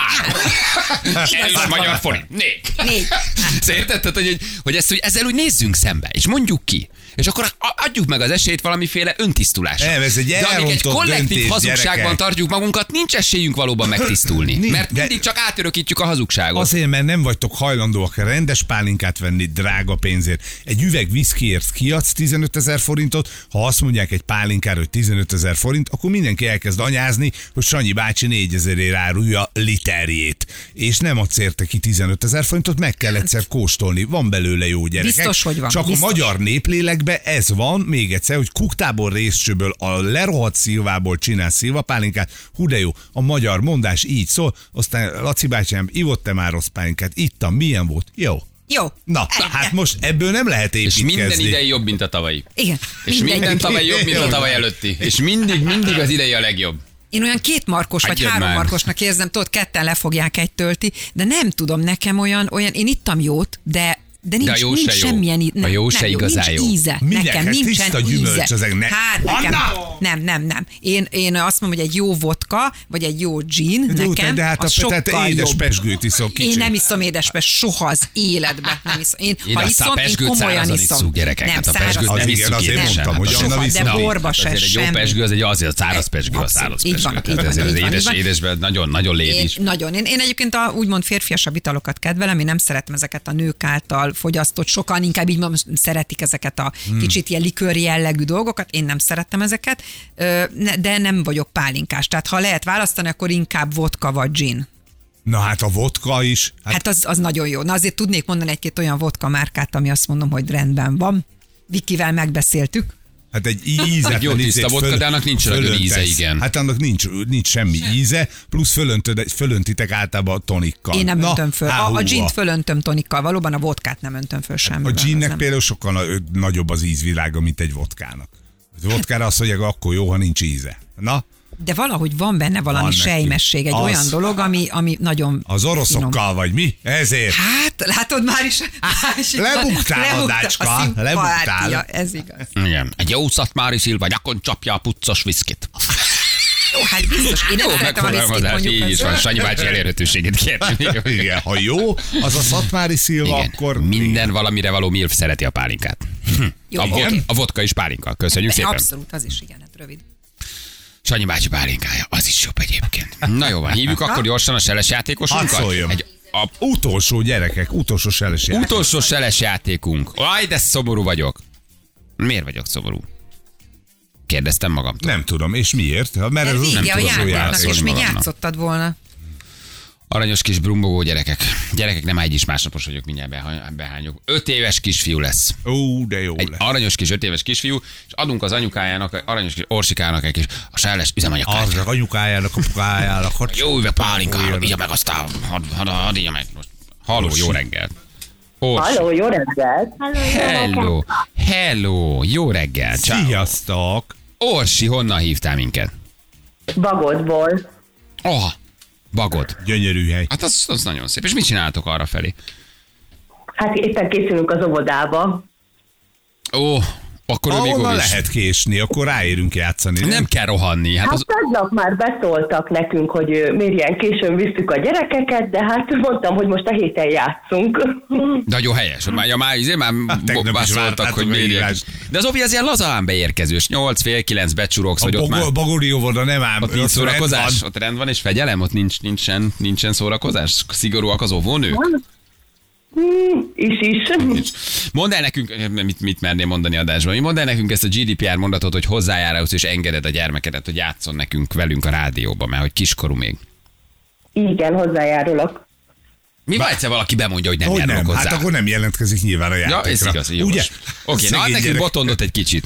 Speaker 2: 3. Erős magyar forint. 4.
Speaker 6: 4.
Speaker 2: Érted? Tehát, hogy ezzel úgy nézzünk szembe, és mondjuk ki. És akkor adjuk meg az esélyt valamiféle öntisztulásra.
Speaker 3: Ez egy
Speaker 2: de amíg egy
Speaker 3: elrontott
Speaker 2: kollektív
Speaker 3: döntés,
Speaker 2: hazugságban
Speaker 3: gyerekek.
Speaker 2: tartjuk magunkat, nincs esélyünk valóban megtisztulni. Mert
Speaker 3: de-
Speaker 2: mindig csak átörökítjük a hazugságot.
Speaker 3: Azért, mert nem vagytok hajlandóak rendes pálinkát venni drága pénzért. Egy üveg viszkiért kiadsz 15 000 forintot, ha azt mondják egy pálinkára, hogy 15 000 forint, akkor mindenki elkezd anyázni, hogy Sanyi bácsi 4000-ért árulja literjét. És nem adsz érte ki 15 000 forintot, meg kell egyszer kóstolni. Van belőle jó gyerekek.
Speaker 6: Biztos, hogy van.
Speaker 3: Csak
Speaker 6: Biztos.
Speaker 3: a magyar néplélekben ez van, még egyszer, hogy kuktából, részcsőből, a lerohadt szilvából csinál szilvapálinkát. Hú de jó, a magyar mondás így szól, aztán Laci bátyám, ivott-e már rossz pálinkát? Ittam, milyen volt? Jó.
Speaker 6: Jó.
Speaker 3: Na, hát most ebből nem lehet
Speaker 2: És minden
Speaker 3: építkezni.
Speaker 2: idei jobb, mint a tavalyi.
Speaker 6: Igen.
Speaker 2: És minden tavaly jobb, mint a tavaly előtti. És mindig az idei a legjobb.
Speaker 6: Én olyan 2 markos vagy
Speaker 2: Hagyjad
Speaker 6: 3
Speaker 2: már.
Speaker 6: markosnak érzem, tudod, ketten lefogják egy tölti, de nem tudom, nekem olyan én ittam jót, de nincs,
Speaker 2: a jó se
Speaker 6: nincs
Speaker 2: jó.
Speaker 6: semmilyen
Speaker 2: A jó se igazán
Speaker 6: nincs
Speaker 2: jó.
Speaker 6: íze.
Speaker 3: Minek?
Speaker 6: Nekem
Speaker 3: Hát
Speaker 6: nincsen
Speaker 3: tiszta
Speaker 6: íze.
Speaker 3: gyümölcs az egnek.
Speaker 6: Hát nekem, nem. Én azt mondom, hogy egy jó vodka, vagy egy jó gin,
Speaker 3: Jó,
Speaker 6: nekem
Speaker 3: de hát
Speaker 6: az
Speaker 3: tehát
Speaker 6: sokkal
Speaker 3: édes
Speaker 6: jobb.
Speaker 3: pesgőt iszok kicsit.
Speaker 6: Én nem iszom édespest soha az életben. Nem iszom. Én,
Speaker 2: Én
Speaker 6: ha
Speaker 2: azt a
Speaker 6: iszom, én
Speaker 2: pesgőt
Speaker 6: komolyan
Speaker 2: szárazon
Speaker 6: iszom.
Speaker 2: isszuk, gyerekek.
Speaker 6: Nem,
Speaker 2: Hát a
Speaker 6: száraz.
Speaker 2: pesgőt
Speaker 3: Az
Speaker 2: nem
Speaker 3: igen,
Speaker 2: isszuk
Speaker 3: azért
Speaker 2: édesen.
Speaker 3: mondtam,
Speaker 2: Hát
Speaker 3: hogy
Speaker 2: a
Speaker 3: annak
Speaker 6: Soha,
Speaker 3: viszont
Speaker 6: de
Speaker 3: nincs.
Speaker 6: borba se
Speaker 2: Azért egy jó
Speaker 6: semmi.
Speaker 2: pesgő, az egy azért a száraz pesgő, a száraz
Speaker 6: Így van,
Speaker 2: pesgő.
Speaker 6: így van,
Speaker 2: Tehát
Speaker 6: így
Speaker 2: az
Speaker 6: van, így van.
Speaker 2: édesben nagyon léd is.
Speaker 6: Én egyébként a úgymond férfiasabb italokat kedvelem, én nem szeretem ezeket a nők által fogyasztott, sokan inkább így szeretik ezeket a kicsit ilyen likőr jellegű dolgokat, én nem szerettem ezeket, de nem vagyok pálinkás. Tehát ha lehet választani, akkor inkább vodka vagy gin.
Speaker 3: Na hát a vodka is.
Speaker 6: Hát az nagyon jó. Na azért tudnék mondani egy-két olyan vodka márkát, ami azt mondom, hogy rendben van. Vikivel megbeszéltük.
Speaker 3: Hát egy íze.
Speaker 2: Egy jó tiszta vodka, de annak nincs nagyon íze, igen.
Speaker 3: Hát annak nincs semmi íze, plusz fölöntitek általában tonikkal.
Speaker 6: Én nem
Speaker 3: Na,
Speaker 6: öntöm föl.
Speaker 3: há,
Speaker 6: A
Speaker 3: húha.
Speaker 6: gint fölöntöm tonikkal, valóban a vodkát nem öntöm föl semmivel.
Speaker 3: A ginnek például sokkal nagyobb az ízvilága, mint egy vodkának. A vodkára azt mondják, akkor jó, ha nincs íze. Na,
Speaker 6: De valahogy van benne valami
Speaker 3: Van neki.
Speaker 6: sejmesség, egy
Speaker 3: Az.
Speaker 6: olyan dolog, ami nagyon
Speaker 3: az oroszokkal
Speaker 6: finom.
Speaker 3: vagy mi? Ezért.
Speaker 6: Hát, látod már is.
Speaker 3: Lebuktál,
Speaker 6: a
Speaker 3: Annácska,
Speaker 6: szimpátia,
Speaker 3: lebuktál.
Speaker 6: ez igaz.
Speaker 2: Igen. Egy jó szatmári szilva nyakon csapja a puccos viszkit.
Speaker 6: Jó, hát biztos, én nem szeretem a viszkit,
Speaker 2: megfogalmazás,
Speaker 6: mondjuk.
Speaker 2: így is van. Sanyi bácsi elérhetőségét kérni.
Speaker 3: Igen, ha jó, az a szatmári szilva,
Speaker 2: Igen.
Speaker 3: akkor...
Speaker 2: Minden valamire való milf szereti a pálinkát.
Speaker 6: Jó,
Speaker 2: A vodka is pálinka. Köszönjük szépen.
Speaker 6: Abszolút, az is igen, hát rövid.
Speaker 2: Sanyi bácsi pálinkája, az is jobb egyébként. Na jó van, hívjuk akkor gyorsan a seles
Speaker 3: Hadd
Speaker 2: játékosunkat.
Speaker 3: szóljon.
Speaker 2: A
Speaker 3: Utolsó gyerekek, utolsó seles játék.
Speaker 2: utolsó seles játékunk. Aj, de szomorú vagyok. Miért vagyok szomorú? Kérdeztem magamtól.
Speaker 3: Nem tudom, és miért? Mert
Speaker 6: De
Speaker 3: ez az
Speaker 6: vége a
Speaker 3: utolsó
Speaker 6: játéknak,
Speaker 3: játék.
Speaker 6: és még
Speaker 2: magamnak.
Speaker 6: játszottad volna.
Speaker 2: Aranyos kis brumbogó gyerekek. Gyerekek, nem egy is másnapos vagyok, mindjárt behányok. 5 éves kisfiú lesz.
Speaker 3: Ó, de jó
Speaker 2: Egy
Speaker 3: lesz.
Speaker 2: aranyos kis 5 éves kisfiú, és adunk az anyukájának, aranyos kis Orsikának egy kis a selles üzemanyagkártyát.
Speaker 3: Az anyukájának, apukájának, hogy...
Speaker 2: Jó üveg pálinkára, igya meg aztán, hadd igya meg most. Halló, jó reggel. Orsi.
Speaker 7: Halló, jó reggelt!
Speaker 2: Hello, jó reggel. Ciao.
Speaker 3: Sziasztok!
Speaker 2: Orsi, honnan hívtál minket?
Speaker 7: Bagodból.
Speaker 2: Bagod.
Speaker 3: Gyönyörű hely.
Speaker 2: Hát az nagyon szép. És mit csináltok arra felé?
Speaker 7: Hát éppen készülünk az óvodába.
Speaker 2: Akkor ő még
Speaker 3: Ahonnan
Speaker 2: is.
Speaker 3: lehet késni, akkor ráérünk játszani.
Speaker 2: Nem kell rohanni. Hát
Speaker 7: Hát
Speaker 2: az,
Speaker 7: tegnap már beszóltak nekünk, hogy miért ilyen későn visszük a gyerekeket, de hát mondtam, hogy most a héten játszunk.
Speaker 2: de nagyon helyes. Már
Speaker 3: tegnap is
Speaker 2: vászoltak,
Speaker 3: vártátok
Speaker 2: hogy
Speaker 3: a
Speaker 2: miért ilyen.
Speaker 3: hívást.
Speaker 2: De az Obi az ilyen lazán beérkezős. 8 fél 9 becsurogsz, hogy ott már...
Speaker 3: Bagori óvoda nem ám.
Speaker 2: Ott nincs
Speaker 3: ott rend
Speaker 2: szórakozás,
Speaker 3: van.
Speaker 2: ott rend van és fegyelem, ott nincsen szórakozás, szigorúak az óvónők.
Speaker 7: is.
Speaker 2: Mondd el nekünk, mit mernél mondani adásban? Mondd el nekünk ezt a GDPR mondatot, hogy hozzájárulsz és engeded a gyermekedet, hogy játszon nekünk velünk a rádióban, mert hogy kiskorú még.
Speaker 7: Igen, hozzájárulok.
Speaker 2: Mi van, egyszer valaki bemondja, hogy nem
Speaker 3: Hogy
Speaker 2: járulok
Speaker 3: nem,
Speaker 2: hozzá?
Speaker 3: hát akkor nem jelentkezik nyilván a
Speaker 2: Ja,
Speaker 3: játékra.
Speaker 2: ez igaz, jó.
Speaker 3: Ugye?
Speaker 2: Oké, na
Speaker 3: Szegény
Speaker 2: nekünk
Speaker 3: gyerek.
Speaker 2: Botondot egy kicsit.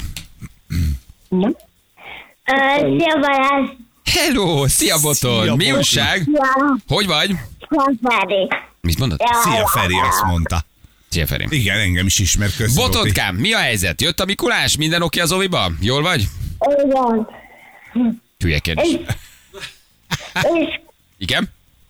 Speaker 8: Szia Balázs!
Speaker 2: Hello, szia Boton,
Speaker 3: Szia,
Speaker 2: mi
Speaker 3: Boton.
Speaker 2: újság?
Speaker 8: Ja,
Speaker 2: Hogy vagy?
Speaker 8: Feri.
Speaker 2: Mit mondod?
Speaker 3: Szia Feri, azt mondta.
Speaker 2: Szia Feri.
Speaker 3: Igen, engem is ismer, köszönöm.
Speaker 2: Botontkám, mi a helyzet? Jött a Mikulás? Minden oké az oviba? Jól vagy?
Speaker 8: Igen.
Speaker 2: Hülye kérdés.
Speaker 8: És
Speaker 2: Igen?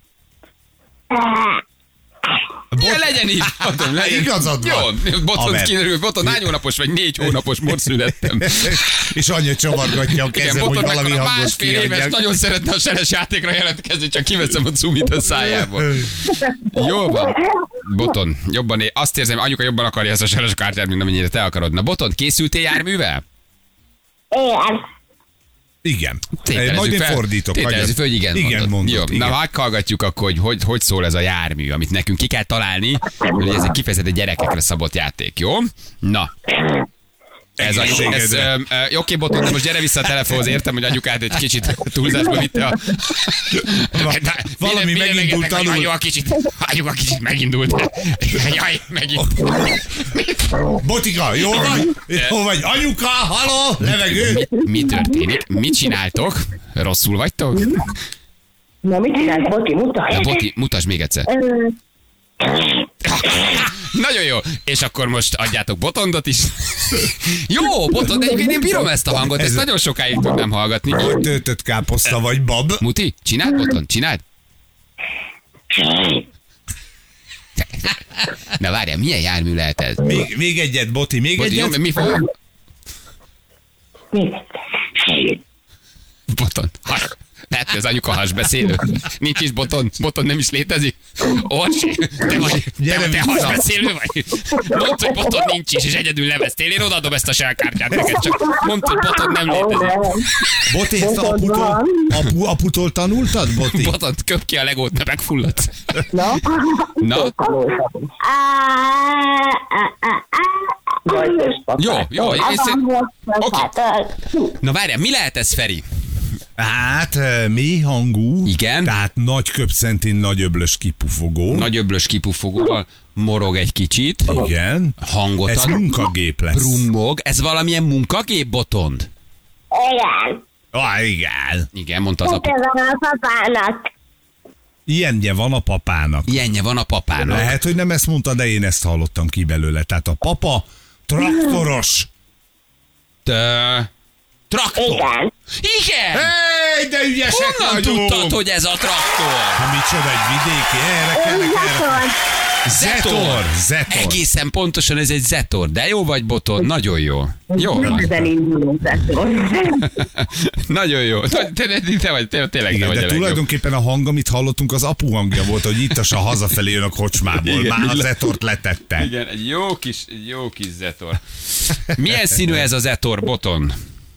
Speaker 2: Igen, legyen így. Boton, legyen.
Speaker 3: Igazad van.
Speaker 2: Jó, Boton
Speaker 3: Haver.
Speaker 2: kiderül, Boton hány hónapos vagy? 4 hónapos, most születtem.
Speaker 3: És anya csavargatja a
Speaker 2: Igen,
Speaker 3: kezem, hogy
Speaker 2: Boton
Speaker 3: valami
Speaker 2: mekkora
Speaker 3: hangot
Speaker 2: másfél éves,
Speaker 3: kiadják.
Speaker 2: nagyon szeretne a seres játékra jelentkezni, csak kiveszem a cumit a szájából. Jó van. Boton, jobban azt érzem, anyuka jobban akarja ezt a seres kártyát, mint amennyire te akarod. Na Boton, készültél járművel?
Speaker 8: igen.
Speaker 3: Igen.
Speaker 2: Tételezzük
Speaker 3: Majd én
Speaker 2: fel-
Speaker 3: fordítok.
Speaker 2: tételezzük fel, hogy igen,
Speaker 3: Igen, mondod.
Speaker 2: Jó,
Speaker 3: igen.
Speaker 2: na meghallgatjuk akkor, hogy szól ez a jármű, amit nekünk ki kell találni, hogy ez egy kifejezetten gyerekekre szabott játék, jó? Na. Ez
Speaker 3: Egészségedre.
Speaker 2: oké, Boton, de most gyere vissza a telefonhoz, értem, hogy anyukád egy kicsit túlzásba vitte a...
Speaker 3: Valami megindult alul.
Speaker 2: Anyuka kicsit megindult. Jaj, megint.
Speaker 3: Botika, jó vagy? Jó vagy? Anyuka, haló, levegő.
Speaker 2: Mi történik? Mit csináltok? Rosszul vagytok?
Speaker 7: Na, mit csinálsz, Boti? Mutasd.
Speaker 2: Boti, mutasd még egyszer. Nagyon jó. És akkor most adjátok Botondot is. Jó, Botond, de egyébként én bírom ezt a hangot, ezt nagyon sokáig tudnám hallgatni.
Speaker 3: Hogy töltött káposzta vagy bab?
Speaker 2: Muti, csináld, Botond, csináld. Na várjál, milyen jármű lehet ez?
Speaker 3: Még egyet, Boti, még
Speaker 2: Boti, jó,
Speaker 3: egyet.
Speaker 2: mi fog?
Speaker 7: Mit?
Speaker 2: Botond. Lehet, hogy az anyuka hasbeszélő. Nincs is Botond. Botond nem is létezik. Orsi, te vagy. Te hasbeszélő vagy. Mondd, hogy Botond nincs is, és egyedül neveztél. Én odaadom ezt a sárkártyát neked, csak mondd, hogy Botond nem létezik.
Speaker 3: Boti, ezt aputól tanultad, Boti?
Speaker 2: Botond, köp ki a legót, ne megfulladsz.
Speaker 7: Na?
Speaker 2: Na, jó, jó. Oké. Na várjál, mi lehet ez, Feri?
Speaker 3: Hát, mély hangú.
Speaker 2: Igen.
Speaker 3: Tehát nagy köpcentin, nagy öblös kipufogó.
Speaker 2: Nagy öblös kipufogóval morog egy kicsit.
Speaker 3: Igen.
Speaker 2: Hangot
Speaker 3: Ez
Speaker 2: ad.
Speaker 3: munkagép lesz.
Speaker 2: Brummog. Ez valamilyen munkagép, Botond?
Speaker 8: Igen.
Speaker 3: Igen.
Speaker 2: Igen, mondta az apu.
Speaker 8: Ez a papának.
Speaker 3: Ilyenje van a papának.
Speaker 2: Ilyenje van a papának.
Speaker 3: Lehet, hogy nem ezt mondta, de én ezt hallottam ki belőle. Tehát a papa traktoros.
Speaker 2: Traktor.
Speaker 8: Igen.
Speaker 2: Igen!
Speaker 3: Hey, de ügyesek
Speaker 2: Honnan
Speaker 3: vagyunk!
Speaker 2: tudtad, hogy ez a traktor?
Speaker 3: Ha micsoda, egy vidéki, erre kell. Zetor.
Speaker 2: Egészen pontosan ez egy Zetor. De jó vagy, Boton, nagyon jó. Jó vagy.
Speaker 7: Ezen indulunk, Zetor.
Speaker 2: Nagyon jó. Te vagy, tényleg te
Speaker 3: Igen,
Speaker 2: vagy a
Speaker 3: de
Speaker 2: legjobb.
Speaker 3: tulajdonképpen a hang, amit hallottunk, az apu hangja volt, hogy itt a hazafelé jön a kocsmából.
Speaker 2: Igen,
Speaker 3: Már a
Speaker 2: igen.
Speaker 3: Zetort letette.
Speaker 2: Igen, egy jó kis Zetor. Milyen színű ez a Zetor, Boton?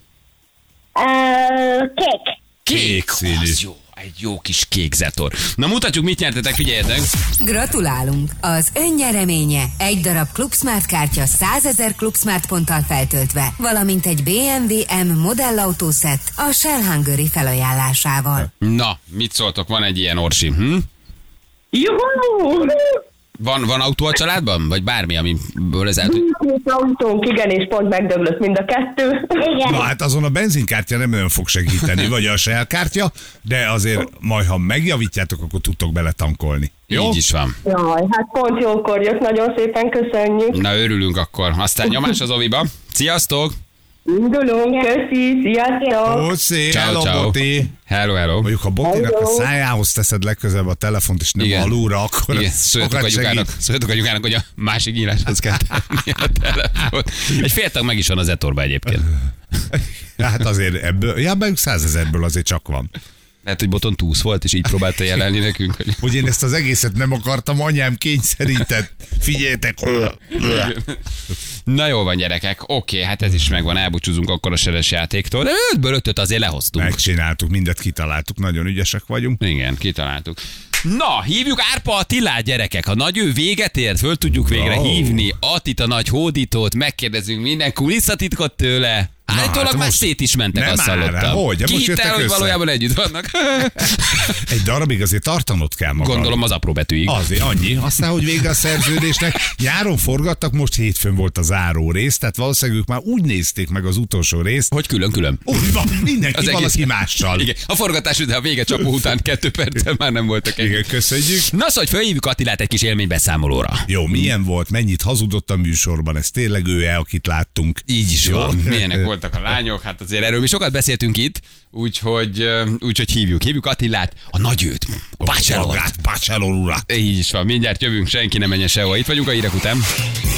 Speaker 8: Kék.
Speaker 3: Kék színű.
Speaker 2: Az jó. Egy jó kis kék Zetor. Na mutatjuk, mit nyertetek, figyeljetek.
Speaker 5: Gratulálunk! Az ön nyereménye egy darab Club Smart kártya 100 000 Club Smart ponttal feltöltve, valamint egy BMW M modellautószett a Shell Hungary felajánlásával.
Speaker 2: Na, mit szóltok? Van egy ilyen, Orsi.
Speaker 7: Jó!
Speaker 2: Van autó a családban? Vagy bármi, amiből ez el...
Speaker 7: Két autónk, igen, és pont megdöglött mind a kettő.
Speaker 8: Igen.
Speaker 3: Na hát azon a benzinkártya nem nagyon fog segíteni, vagy a Shell kártya, de azért majd, ha megjavítjátok, akkor tudtok bele tankolni. Jó?
Speaker 2: Így is van.
Speaker 7: Jaj, hát pont jókor jött, nagyon szépen köszönjük.
Speaker 2: Na, örülünk akkor. Aztán nyomás az oviba. Sziasztok!
Speaker 7: Indulunk, köszi, sziasztok!
Speaker 3: Puszi,
Speaker 2: Ciao,
Speaker 3: hello,
Speaker 2: ciao.
Speaker 3: Boti.
Speaker 2: Hello.
Speaker 3: Mondjuk, ha Botinak a
Speaker 7: Hello.
Speaker 3: szájához teszed legközelebb a telefont, és nem
Speaker 2: Igen.
Speaker 3: alulra, akkor
Speaker 2: Igen,
Speaker 3: az sokat segít.
Speaker 2: szóljatok anyukának, hogy a másik íráshoz kell tenni a telefon. Egy féltag meg is van az Zetorba egyébként.
Speaker 3: Hát azért ebből, ja, belük 100 000-ből azért csak van.
Speaker 2: Lehet, hogy Boton túsz volt, és így próbálta jelenni nekünk, hogy...
Speaker 3: Hogy én ezt az egészet nem akartam, anyám kényszerített. Figyeljetek!
Speaker 2: Na jó van, gyerekek. Oké, hát ez is megvan, elbúcsúzunk akkor a seres játéktól. De 5-ből 5-öt azért lehoztunk.
Speaker 3: Megcsináltuk, mindet kitaláltuk, nagyon ügyesek vagyunk.
Speaker 2: Igen, kitaláltuk. Na, hívjuk Árpa Attilát, gyerekek. A nagy ő véget ért, föl tudjuk végre hívni Attit, a nagy hódítót, megkérdezünk minden kulisszatitkot tőle. Állítólag
Speaker 3: hát
Speaker 2: már
Speaker 3: most-
Speaker 2: szét is mentek,
Speaker 3: Nem
Speaker 2: azt
Speaker 3: már,
Speaker 2: hallottam.
Speaker 3: hogy?
Speaker 2: Ki
Speaker 3: Most
Speaker 2: hitte el,
Speaker 3: jöttek
Speaker 2: hogy
Speaker 3: össze?
Speaker 2: valójában együtt vannak?
Speaker 3: Egy darabig azért tartanod kell magad.
Speaker 2: Gondolom az apró betűig.
Speaker 3: Azért annyi. Aztán, hogy vége a szerződésnek. Nyáron forgattak, most hétfőn volt a záró rész, tehát valószínűleg ők már úgy nézték meg az utolsó részt,
Speaker 2: Hogy külön-külön.
Speaker 3: úgy van, mindenki
Speaker 2: Az
Speaker 3: valaki
Speaker 2: egész-
Speaker 3: mással.
Speaker 2: Igen, a forgatás után, a vége csapó után 2 perccel már nem voltak
Speaker 3: Igen,
Speaker 2: együtt.
Speaker 3: köszönjük.
Speaker 2: Na szóval, hogy fölhívjuk Attilát egy kis élménybeszámolóra.
Speaker 3: Jó, milyen volt, mennyit hazudott a műsorban, ez tényleg ő-e, akit láttunk.
Speaker 2: Így is
Speaker 3: Jó.
Speaker 2: van. Milyenek voltak a lányok, hát azért erről mi sokat beszéltünk itt, úgyhogy hívjuk Attilát, a nagyőt, a bachelor.
Speaker 3: Bachelor urat.
Speaker 2: Így is van, mindjárt jövünk, senki nem menjen sehova. Itt vagyunk a hírek után.